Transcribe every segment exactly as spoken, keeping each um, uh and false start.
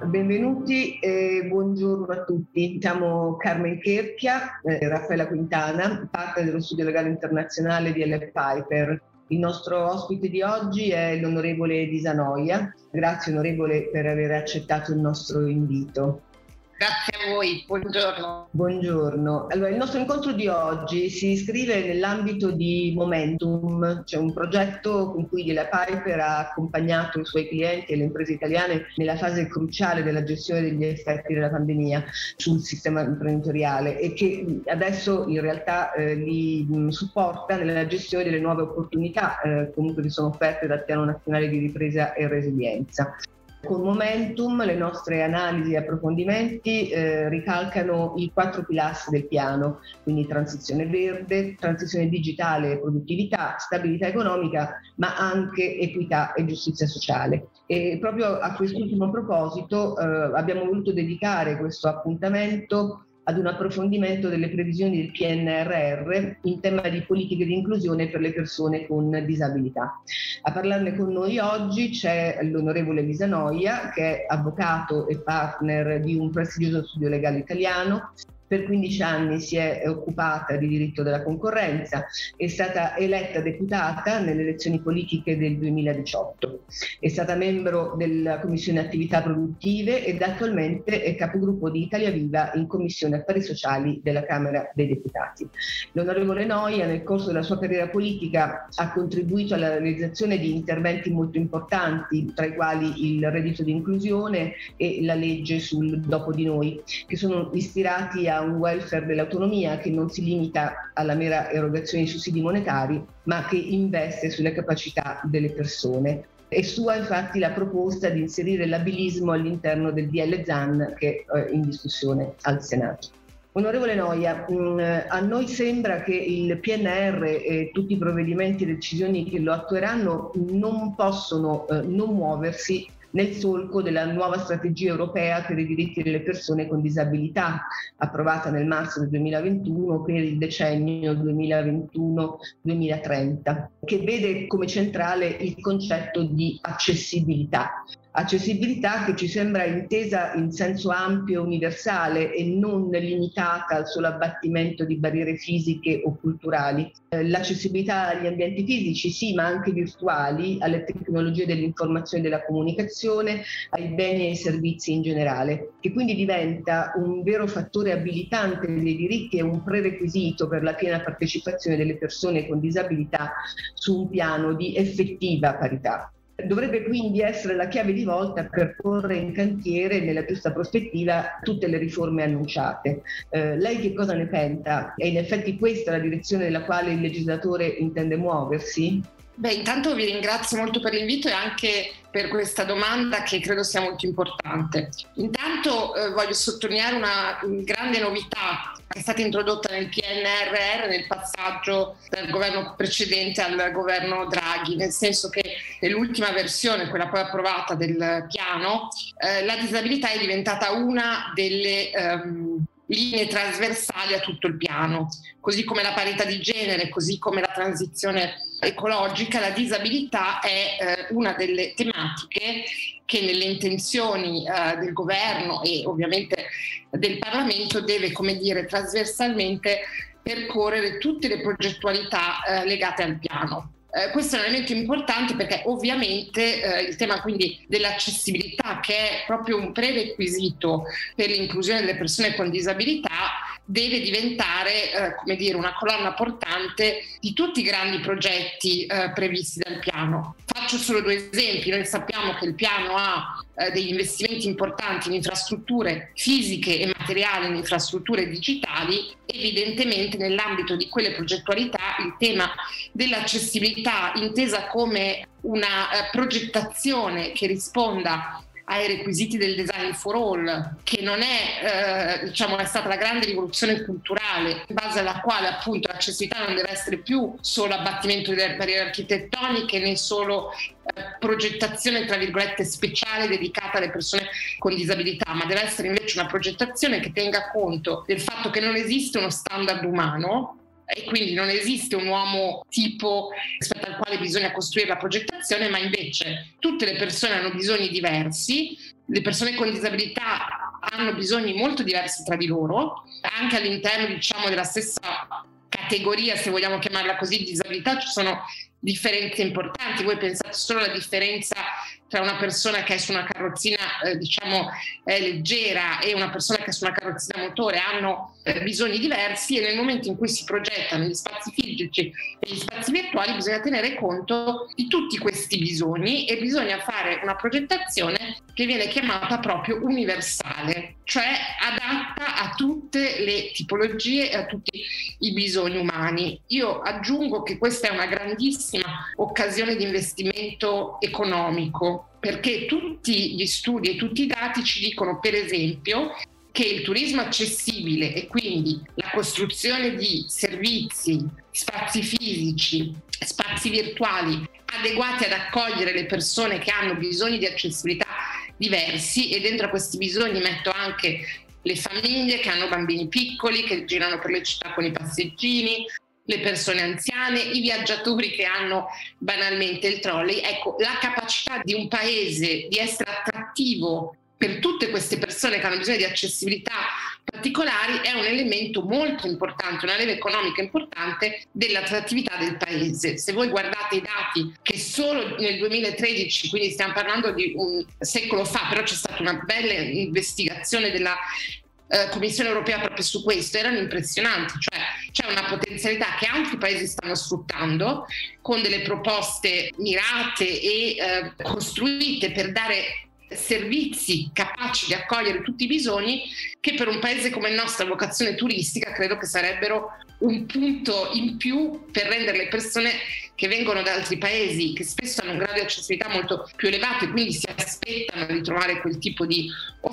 benvenuti e buongiorno a tutti. Siamo Carmen Cherchia, eh, Raffaella Quintana, parte dello studio legale internazionale di L. Piper. Il nostro ospite di oggi è l'onorevole Elisa Noia. Grazie onorevole per aver accettato il nostro invito. Grazie a voi, buongiorno. Buongiorno. Allora, il nostro incontro di oggi si iscrive nell'ambito di Momentum, cioè un progetto con cui la Piper ha accompagnato i suoi clienti e le imprese italiane nella fase cruciale della gestione degli effetti della pandemia sul sistema imprenditoriale e che adesso in realtà eh, li supporta nella gestione delle nuove opportunità eh, comunque che sono offerte dal Piano Nazionale di Ripresa e Resilienza. Con Momentum le nostre analisi e approfondimenti eh, ricalcano i quattro pilastri del piano, quindi transizione verde, transizione digitale e produttività, stabilità economica, ma anche equità e giustizia sociale. E proprio a quest'ultimo proposito eh, abbiamo voluto dedicare questo appuntamento ad un approfondimento delle previsioni del P N R R in tema di politiche di inclusione per le persone con disabilità. A parlarne con noi oggi c'è l'onorevole Elisa Noia, che è avvocato e partner di un prestigioso studio legale italiano. Per quindici anni si è occupata di diritto della concorrenza, è stata eletta deputata nelle elezioni politiche del duemiladiciotto, è stata membro della Commissione Attività Produttive ed attualmente è capogruppo di Italia Viva in Commissione Affari Sociali della Camera dei Deputati. L'onorevole Noia nel corso della sua carriera politica ha contribuito alla realizzazione di interventi molto importanti, tra i quali il reddito di inclusione e la legge sul dopo di noi, che sono ispirati a un welfare dell'autonomia che non si limita alla mera erogazione di sussidi monetari, ma che investe sulle capacità delle persone. È sua infatti la proposta di inserire l'abilismo all'interno del D L Zan che è in discussione al Senato. Onorevole Noia, a noi sembra che il P N R R e tutti i provvedimenti e decisioni che lo attueranno non possono eh, non muoversi nel solco della nuova strategia europea per i diritti delle persone con disabilità, approvata nel marzo del duemilaventuno per il decennio duemilaventuno duemilatrenta, che vede come centrale il concetto di accessibilità. Accessibilità che ci sembra intesa in senso ampio e universale e non limitata al solo abbattimento di barriere fisiche o culturali. L'accessibilità agli ambienti fisici, sì, ma anche virtuali, alle tecnologie dell'informazione e della comunicazione, ai beni e ai servizi in generale, che quindi diventa un vero fattore abilitante dei diritti e un prerequisito per la piena partecipazione delle persone con disabilità su un piano di effettiva parità. Dovrebbe quindi essere la chiave di volta per porre in cantiere nella giusta prospettiva tutte le riforme annunciate. Eh, lei che cosa ne pensa? È in effetti questa la direzione nella quale il legislatore intende muoversi? Beh, intanto vi ringrazio molto per l'invito e anche per questa domanda che credo sia molto importante. Intanto eh, voglio sottolineare una grande novità che è stata introdotta nel P N R R nel passaggio dal governo precedente al governo Draghi, nel senso che nell'ultima versione, quella poi approvata del piano, eh, la disabilità è diventata una delle ehm, linee trasversali a tutto il piano, così come la parità di genere, così come la transizione ecologica. La disabilità è eh, una delle tematiche che nelle intenzioni eh, del governo e ovviamente del Parlamento deve, come dire, trasversalmente percorrere tutte le progettualità eh, legate al piano. Eh, questo è un elemento importante perché ovviamente eh, il tema quindi dell'accessibilità, che è proprio un prerequisito per l'inclusione delle persone con disabilità, deve diventare eh, come dire, una colonna portante di tutti i grandi progetti eh, previsti dal piano. Faccio solo due esempi. Noi sappiamo che il piano ha eh, degli investimenti importanti in infrastrutture fisiche e materiali, in infrastrutture digitali. Evidentemente nell'ambito di quelle progettualità il tema dell'accessibilità, intesa come una eh, progettazione che risponda ai requisiti del design for all, che non è, eh, diciamo, è stata la grande rivoluzione culturale in base alla quale appunto l'accessibilità non deve essere più solo abbattimento delle barriere architettoniche né solo eh, progettazione tra virgolette speciale dedicata alle persone con disabilità, ma deve essere invece una progettazione che tenga conto del fatto che non esiste uno standard umano e quindi non esiste un uomo tipo rispetto al quale bisogna costruire la progettazione, ma invece tutte le persone hanno bisogni diversi le persone con disabilità hanno bisogni molto diversi tra di loro, anche all'interno, diciamo, della stessa categoria, se vogliamo chiamarla così, di disabilità ci sono differenze importanti. Voi pensate solo alla differenza tra una persona che è su una carrozzina eh, diciamo eh, leggera e una persona che è su una carrozzina motore, hanno eh, bisogni diversi, e nel momento in cui si progettano gli spazi fisici e gli spazi virtuali bisogna tenere conto di tutti questi bisogni, e bisogna fare una progettazione che viene chiamata proprio universale, cioè adatta a tutte le tipologie e a tutti i bisogni umani. Io aggiungo che questa è una grandissima occasione di investimento economico, perché tutti gli studi e tutti i dati ci dicono, per esempio, che il turismo accessibile e quindi la costruzione di servizi, spazi fisici, spazi virtuali adeguati ad accogliere le persone che hanno bisogni di accessibilità diversi, e dentro a questi bisogni metto anche le famiglie che hanno bambini piccoli, che girano per le città con i passeggini, le persone anziane, i viaggiatori che hanno banalmente il trolley. Ecco, la capacità di un paese di essere attrattivo per tutte queste persone che hanno bisogno di accessibilità particolari è un elemento molto importante, una leva economica importante dell'attrattività del paese. Se voi guardate i dati che solo nel duemilatredici, quindi stiamo parlando di un secolo fa, però c'è stata una bella investigazione della Eh, Commissione europea proprio su questo, erano impressionanti, cioè c'è una potenzialità che altri paesi stanno sfruttando con delle proposte mirate e eh, costruite per dare servizi capaci di accogliere tutti i bisogni, che per un paese come il nostro a vocazione turistica credo che sarebbero un punto in più per rendere le persone che vengono da altri paesi, che spesso hanno un grado di accessibilità molto più elevato e quindi si aspettano di trovare quel tipo di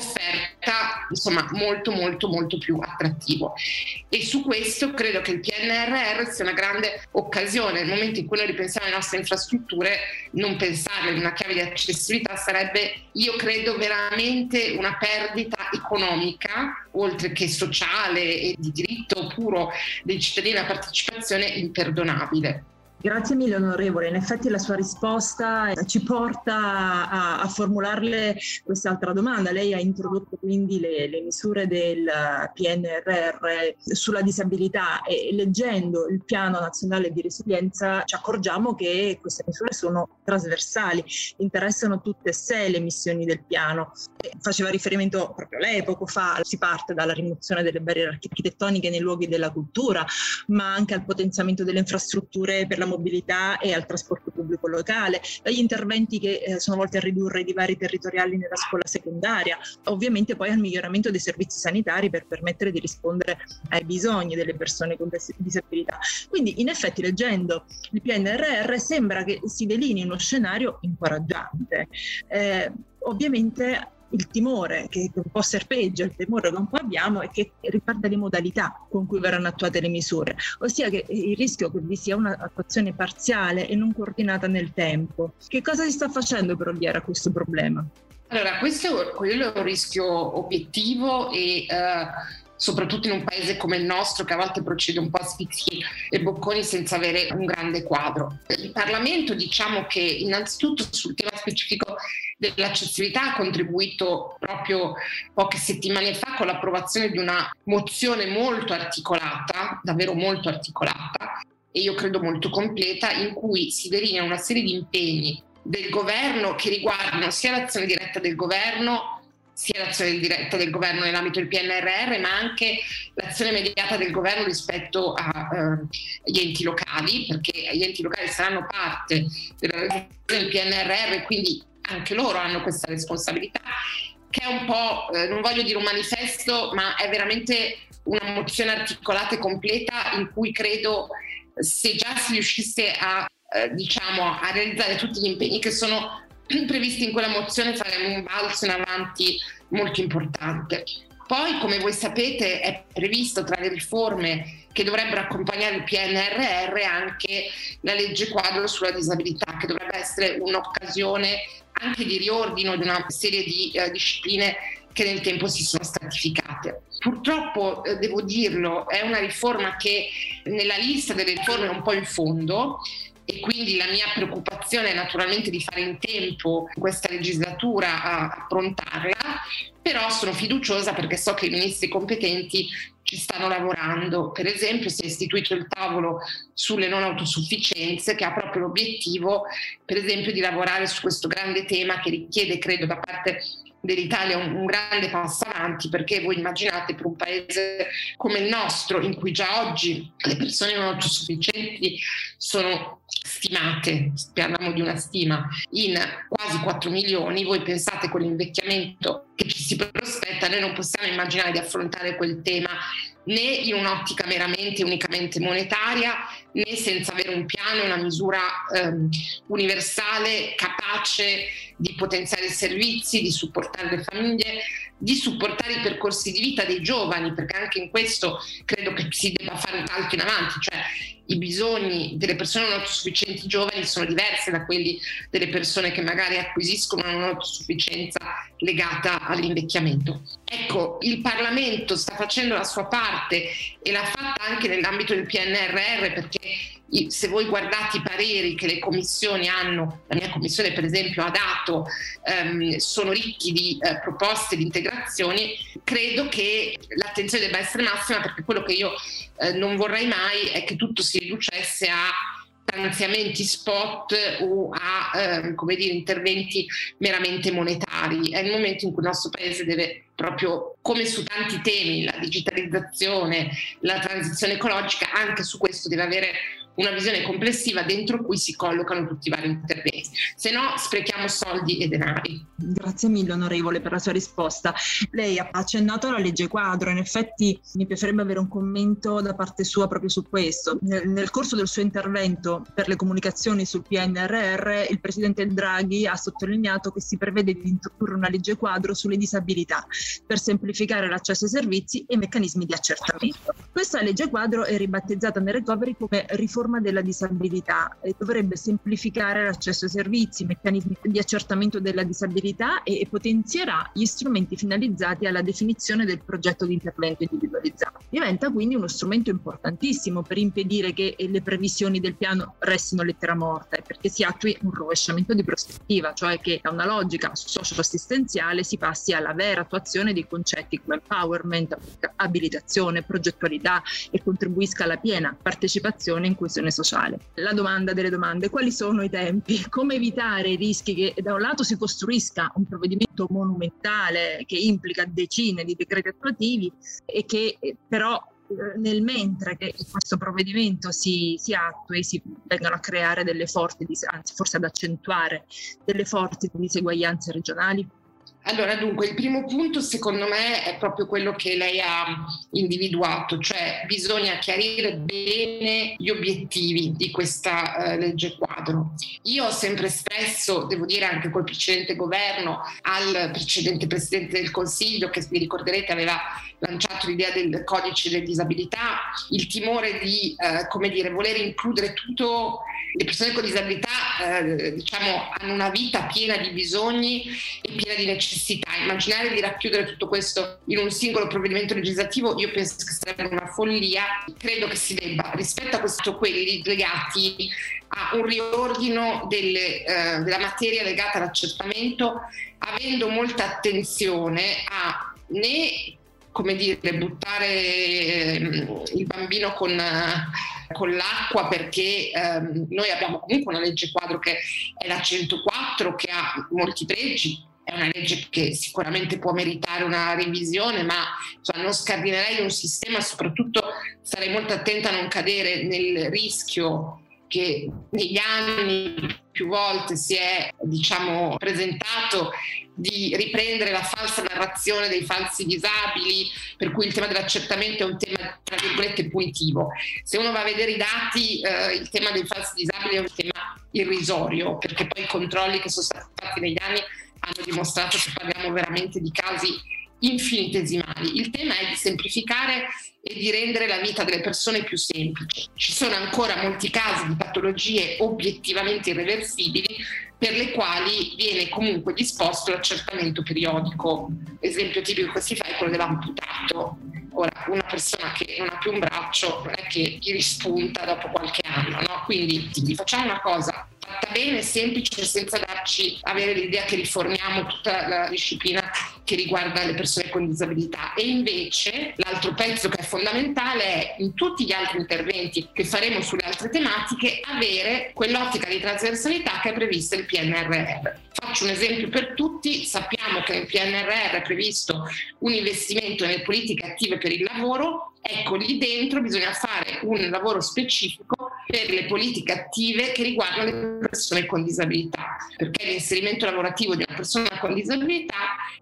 offerta, insomma, molto molto molto più attrattivo. E su questo credo che il P N R R sia una grande occasione. Nel momento in cui noi ripensiamo alle nostre infrastrutture, non pensarle in una chiave di accessibilità sarebbe, io credo, veramente una perdita economica, oltre che sociale e di diritto puro dei cittadini alla partecipazione, imperdonabile. Grazie mille onorevole, in effetti la sua risposta ci porta a, a formularle quest'altra domanda. Lei ha introdotto quindi le, le misure del P N R R sulla disabilità e leggendo il Piano Nazionale di Resilienza ci accorgiamo che queste misure sono trasversali, interessano tutte e sei le missioni del piano. E faceva riferimento proprio lei poco fa, si parte dalla rimozione delle barriere architettoniche nei luoghi della cultura, ma anche al potenziamento delle infrastrutture per la mobilità e al trasporto pubblico locale, dagli interventi che eh, sono volti a ridurre i divari territoriali nella scuola secondaria, ovviamente poi al miglioramento dei servizi sanitari per permettere di rispondere ai bisogni delle persone con disabilità. Quindi in effetti leggendo il P N R R sembra che si delinei uno scenario incoraggiante. Eh, ovviamente il timore che un po' serpeggia, il timore che un po' abbiamo è che riguarda le modalità con cui verranno attuate le misure, ossia che il rischio che vi sia un'attuazione parziale e non coordinata nel tempo. Che cosa si sta facendo per ovviare a questo problema? Allora, questo quello è un rischio obiettivo e eh, soprattutto in un paese come il nostro, che a volte procede un po' a spizzi e bocconi senza avere un grande quadro. Il Parlamento, diciamo che innanzitutto sul tema specifico dell'accessibilità ha contribuito proprio poche settimane fa con l'approvazione di una mozione molto articolata, davvero molto articolata, e io credo molto completa, in cui si delinea una serie di impegni del governo che riguardano sia l'azione diretta del governo, sia l'azione diretta del governo nell'ambito del P N R R, ma anche l'azione immediata del governo rispetto agli eh, enti locali, perché gli enti locali saranno parte della realizzazione del P N R R, quindi anche loro hanno questa responsabilità, che è un po', eh, non voglio dire un manifesto, ma è veramente una mozione articolata e completa, in cui credo, se già si riuscisse a, eh, diciamo, a realizzare tutti gli impegni che sono previsti in quella mozione, faremo un balzo in avanti molto importante. Poi, come voi sapete, è previsto tra le riforme che dovrebbero accompagnare il P N R R anche la legge quadro sulla disabilità, che dovrebbe essere un'occasione anche di riordino di una serie di eh, discipline che nel tempo si sono stratificate. Purtroppo, eh, devo dirlo, è una riforma che nella lista delle riforme è un po' in fondo, e quindi la mia preoccupazione è naturalmente di fare in tempo questa legislatura a affrontarla, però sono fiduciosa perché so che i ministri competenti ci stanno lavorando. Per esempio si è istituito il tavolo sulle non autosufficienze, che ha proprio l'obiettivo, per esempio, di lavorare su questo grande tema che richiede, credo, da parte dell'Italia un, un grande passo avanti, perché voi immaginate, per un paese come il nostro, in cui già oggi le persone non autosufficienti sono stimate, parliamo di una stima, in quasi quattro milioni, voi pensate con l'invecchiamento che ci si prospetta, noi non possiamo immaginare di affrontare quel tema né in un'ottica meramente unicamente monetaria, né senza avere un piano e una misura ehm, universale capace di potenziare i servizi, di supportare le famiglie, di supportare i percorsi di vita dei giovani, perché anche in questo credo che si debba fare un salto in avanti, cioè i bisogni delle persone non autosufficienti giovani sono diversi da quelli delle persone che magari acquisiscono una non autosufficienza legata all'invecchiamento. Ecco, il Parlamento sta facendo la sua parte e l'ha fatta anche nell'ambito del P N R R, perché se voi guardate i pareri che le commissioni hanno, la mia commissione per esempio ha dato, ehm, sono ricchi di eh, proposte, di integrazioni, credo che l'attenzione debba essere massima, perché quello che io eh, non vorrei mai è che tutto si riducesse a finanziamenti spot o a eh, come dire, interventi meramente monetari. È il momento in cui il nostro paese deve proprio, come su tanti temi, la digitalizzazione, la transizione ecologica, anche su questo deve avere una visione complessiva dentro cui si collocano tutti i vari interventi, se no sprechiamo soldi e denari. Grazie mille onorevole per la sua risposta. Lei ha accennato alla legge quadro, in effetti mi piacerebbe avere un commento da parte sua proprio su questo. Nel, nel corso del suo intervento per le comunicazioni sul P N R R, il presidente Draghi ha sottolineato che si prevede di introdurre una legge quadro sulle disabilità per semplificare l'accesso ai servizi e meccanismi di accertamento. Questa legge quadro è ribattezzata nel recovery come riforma della disabilità e dovrebbe semplificare l'accesso ai servizi, meccanismi di accertamento della disabilità e, e potenzierà gli strumenti finalizzati alla definizione del progetto di intervento individualizzato. Diventa quindi uno strumento importantissimo per impedire che le previsioni del piano restino lettera morta e perché si attui un rovesciamento di prospettiva, cioè che da una logica socio-assistenziale si passi alla vera attuazione di concetti come empowerment, abilitazione, progettualità e contribuisca alla piena partecipazione in coesione sociale. La domanda delle domande: quali sono i tempi? Come evitare i rischi che da un lato si costruisca un provvedimento monumentale che implica decine di decreti attuativi e che però nel mentre che questo provvedimento si, si attui si vengano a creare delle forti, anzi forse ad accentuare delle forti diseguaglianze regionali? Allora, dunque, il primo punto secondo me è proprio quello che lei ha individuato, cioè bisogna chiarire bene gli obiettivi di questa uh, legge quadro. Io ho sempre espresso, devo dire anche col precedente governo, al precedente Presidente del Consiglio, che vi ricorderete aveva lanciato l'idea del codice delle disabilità, il timore di, uh, come dire, voler includere tutto. Le persone con disabilità eh, diciamo, hanno una vita piena di bisogni e piena di necessità. Immaginare di racchiudere tutto questo in un singolo provvedimento legislativo, io penso che sarebbe una follia. Credo che si debba, rispetto a questo, quelli legati a un riordino delle, eh, della materia legata all'accertamento, avendo molta attenzione a né, come dire, buttare eh, il bambino con, eh, con l'acqua, perché ehm, noi abbiamo comunque una legge quadro che è la centoquattro, che ha molti pregi, è una legge che sicuramente può meritare una revisione, ma insomma, non scardinerei un sistema, soprattutto sarei molto attenta a non cadere nel rischio che negli anni più volte si è, diciamo, presentato, di riprendere la falsa narrazione dei falsi disabili, per cui il tema dell'accertamento è un tema tra virgolette punitivo. Se uno va a vedere i dati, eh, il tema dei falsi disabili è un tema irrisorio, perché poi i controlli che sono stati fatti negli anni hanno dimostrato che parliamo veramente di casi infinitesimali. Il tema è di semplificare e di rendere la vita delle persone più semplice. Ci sono ancora molti casi di patologie obiettivamente irreversibili per le quali viene comunque disposto l'accertamento periodico. L'esempio tipico che si fa è quello dell'amputato. Ora, una persona che non ha più un braccio non è che gli rispunta dopo qualche anno, no? Quindi facciamo una cosa fatta bene, semplice, senza darci avere l'idea che riformiamo tutta la disciplina che riguarda le persone con disabilità. E invece l'altro pezzo che è fondamentale è, in tutti gli altri interventi che faremo sulle altre tematiche, avere quell'ottica di trasversalità che è prevista nel P N R R. Faccio un esempio per tutti: sappiamo che nel P N R R è previsto un investimento nelle politiche attive per il lavoro. Ecco, lì dentro bisogna fare un lavoro specifico per le politiche attive che riguardano le persone con disabilità, perché l'inserimento lavorativo di una persona con disabilità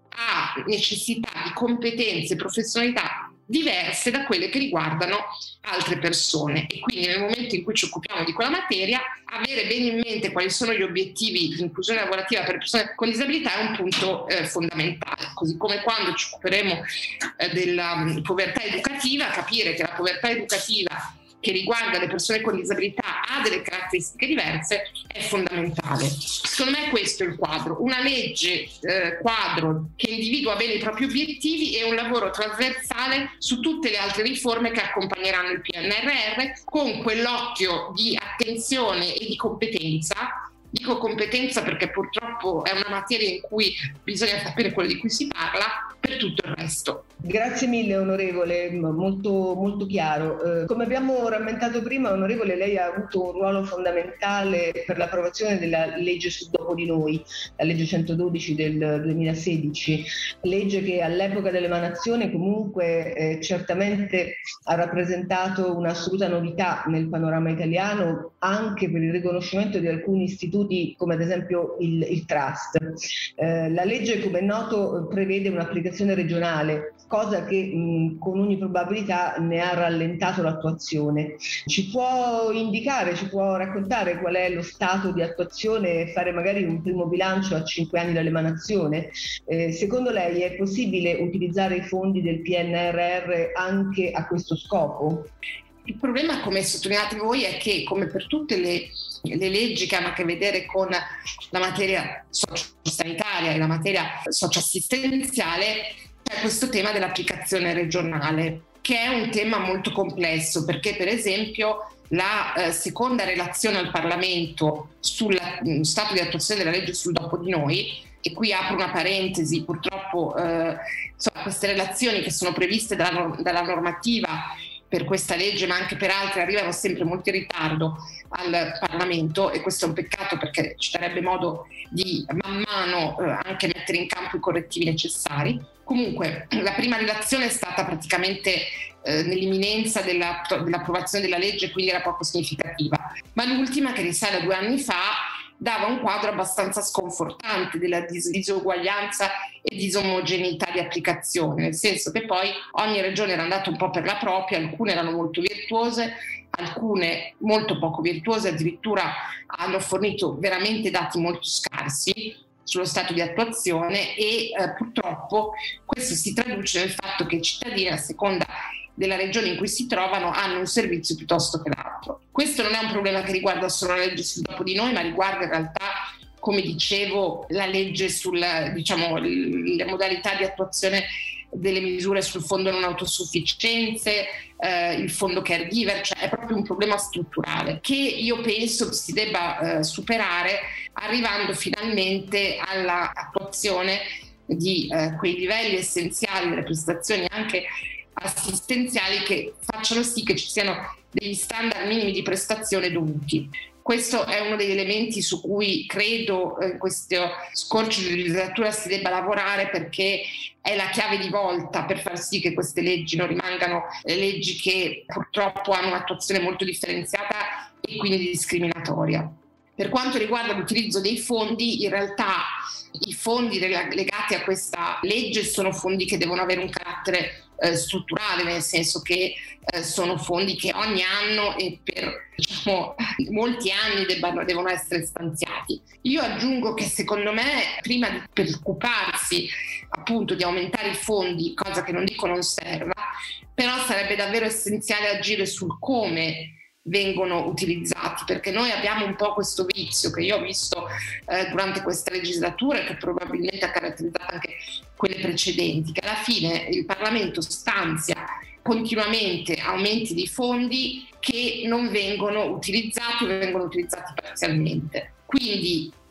ha necessità di competenze e professionalità diverse da quelle che riguardano altre persone, e quindi nel momento in cui ci occupiamo di quella materia, avere bene in mente quali sono gli obiettivi di inclusione lavorativa per persone con disabilità è un punto eh, fondamentale. Così come quando ci occuperemo eh, della um, povertà educativa, capire che la povertà educativa che riguarda le persone con disabilità ha delle caratteristiche diverse è fondamentale. Secondo me questo è il quadro: una legge eh, quadro che individua bene i propri obiettivi e un lavoro trasversale su tutte le altre riforme che accompagneranno il P N R R, con quell'occhio di attenzione e di competenza. Dico competenza perché purtroppo è una materia in cui bisogna sapere quello di cui si parla, per tutto il resto. Grazie mille onorevole, molto, molto chiaro. Eh, come abbiamo rammentato prima, onorevole, lei ha avuto un ruolo fondamentale per l'approvazione della legge sul dopo di noi, la legge centododici del duemilasedici, legge che all'epoca dell'emanazione comunque eh, certamente ha rappresentato un'assoluta novità nel panorama italiano, anche per il riconoscimento di alcuni istituti come ad esempio il, il Trust. Eh, la legge, come è noto, prevede un'applicazione regionale, cosa che mh, con ogni probabilità ne ha rallentato l'attuazione. Ci può indicare, ci può raccontare qual è lo stato di attuazione e fare magari un primo bilancio a cinque anni dall'emanazione? Eh, secondo lei è possibile utilizzare i fondi del P N R R anche a questo scopo? Il problema, come sottolineate voi, è che, come per tutte le, le leggi che hanno a che vedere con la materia sociosanitaria e la materia socioassistenziale, c'è questo tema dell'applicazione regionale, che è un tema molto complesso, perché per esempio la eh, seconda relazione al Parlamento sullo stato di attuazione della legge sul dopo di noi, e qui apro una parentesi, purtroppo eh, insomma, queste relazioni che sono previste dalla, dalla normativa per questa legge, ma anche per altre, arrivano sempre molto in ritardo al Parlamento, e questo è un peccato perché ci darebbe modo di man mano eh, anche mettere in campo i correttivi necessari. Comunque la prima relazione è stata praticamente eh, nell'imminenza della, dell'approvazione della legge, quindi era poco significativa, ma l'ultima, che risale a due anni fa, dava un quadro abbastanza sconfortante della dis- disuguaglianza e disomogeneità di applicazione, nel senso che poi ogni regione era andata un po' per la propria, alcune erano molto virtuose, alcune molto poco virtuose, addirittura hanno fornito veramente dati molto scarsi sullo stato di attuazione, e eh, purtroppo questo si traduce nel fatto che i cittadini, a seconda della regione in cui si trovano, hanno un servizio piuttosto che l'altro. Questo non è un problema che riguarda solo la legge sul dopo di noi, ma riguarda in realtà, come dicevo, la legge sulla, diciamo, le modalità di attuazione delle misure sul fondo non autosufficienze, eh, il fondo caregiver, cioè è proprio un problema strutturale che io penso si debba eh, superare, arrivando finalmente all'attuazione di eh, quei livelli essenziali delle prestazioni anche assistenziali che facciano sì che ci siano degli standard minimi di prestazione dovuti. Questo è uno degli elementi su cui credo in eh, questo scorcio di legislatura si debba lavorare, perché è la chiave di volta per far sì che queste leggi non rimangano eh, leggi che purtroppo hanno un'attuazione molto differenziata e quindi discriminatoria. Per quanto riguarda l'utilizzo dei fondi, in realtà i fondi legati a questa legge sono fondi che devono avere un carattere eh, strutturale, nel senso che eh, sono fondi che ogni anno e per diciamo, molti anni debbano, devono essere stanziati. Io aggiungo che secondo me, prima di preoccuparsi appunto di aumentare i fondi, cosa che non dico non serva, però sarebbe davvero essenziale agire sul come vengono utilizzati, perché noi abbiamo un po' questo vizio che io ho visto eh, durante questa legislatura e che probabilmente ha caratterizzato anche quelle precedenti, che alla fine il Parlamento stanzia continuamente aumenti di fondi che non vengono utilizzati o vengono utilizzati parzialmente. Quindi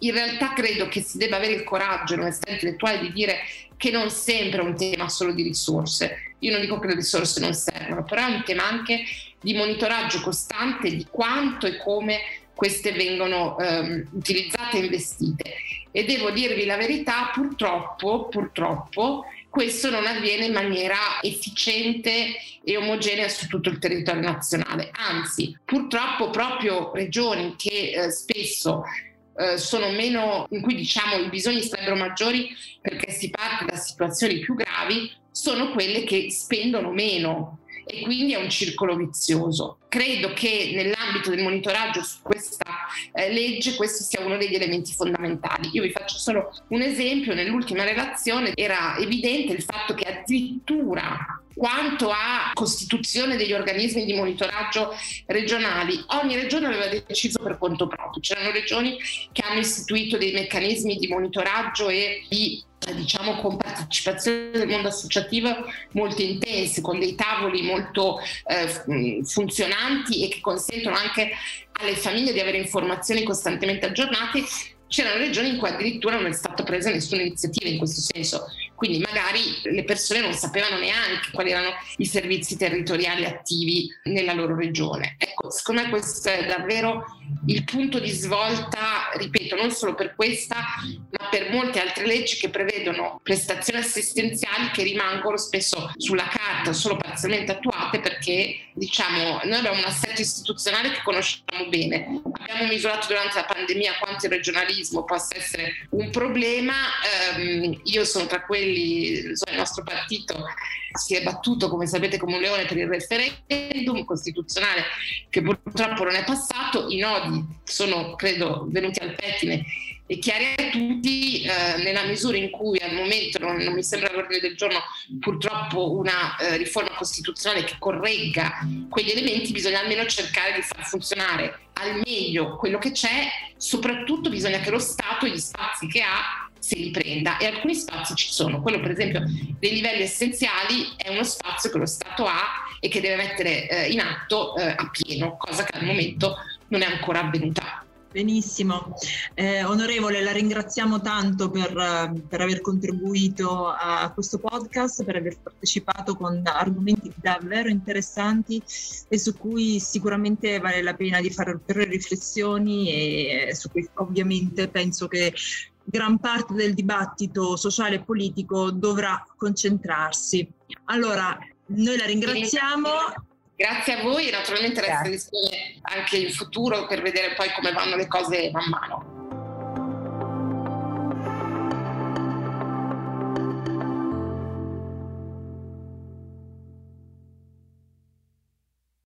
in realtà credo che si debba avere il coraggio e l'onestà intellettuale di dire che non sempre è un tema solo di risorse. Io non dico che le risorse non servono, però è un tema anche di monitoraggio costante di quanto e come queste vengono ehm, utilizzate e investite. E devo dirvi la verità, purtroppo, purtroppo, questo non avviene in maniera efficiente e omogenea su tutto il territorio nazionale. Anzi, purtroppo proprio regioni che eh, spesso eh, sono meno, in cui diciamo i bisogni sarebbero maggiori perché si parte da situazioni più gravi, sono quelle che spendono meno. E quindi è un circolo vizioso. Credo che nell'ambito del monitoraggio su questa eh, legge questo sia uno degli elementi fondamentali. Io vi faccio solo un esempio: nell'ultima relazione era evidente il fatto che addirittura quanto a costituzione degli organismi di monitoraggio regionali, ogni regione aveva deciso per conto proprio. C'erano regioni che hanno istituito dei meccanismi di monitoraggio e di diciamo con partecipazione del mondo associativo molto intense, con dei tavoli molto eh, funzionanti e che consentono anche alle famiglie di avere informazioni costantemente aggiornate. C'erano regioni in cui addirittura non è stata presa nessuna iniziativa in questo senso, quindi magari le persone non sapevano neanche quali erano i servizi territoriali attivi nella loro regione. Ecco, secondo me questo è davvero il punto di svolta, ripeto, non solo per questa, ma per molte altre leggi che prevedono prestazioni assistenziali che rimangono spesso sulla carta, solo parzialmente attuate, perché diciamo noi abbiamo un assetto istituzionale che conosciamo bene. Abbiamo misurato durante la pandemia quanto il regionalismo possa essere un problema. Um, io sono tra quelli, so, il nostro partito si è battuto, come sapete, come un leone per il referendum costituzionale che purtroppo non è passato. I nodi sono, credo, venuti al pettine e chiari a tutti, eh, nella misura in cui al momento non, non mi sembra all'ordine del giorno purtroppo una eh, riforma costituzionale che corregga quegli elementi. Bisogna almeno cercare di far funzionare al meglio quello che c'è. Soprattutto bisogna che lo Stato gli spazi che ha se li prenda, e alcuni spazi ci sono. Quello per esempio dei livelli essenziali è uno spazio che lo Stato ha e che deve mettere eh, in atto eh, a pieno, cosa che al momento non è ancora avvenuta. Benissimo, eh, onorevole, la ringraziamo tanto per, per aver contribuito a questo podcast, per aver partecipato con argomenti davvero interessanti e su cui sicuramente vale la pena di fare ulteriori riflessioni, e su cui ovviamente penso che gran parte del dibattito sociale e politico dovrà concentrarsi. Allora, noi la ringraziamo. Grazie a voi e naturalmente resto a disposizione anche in futuro per vedere poi come vanno le cose man mano.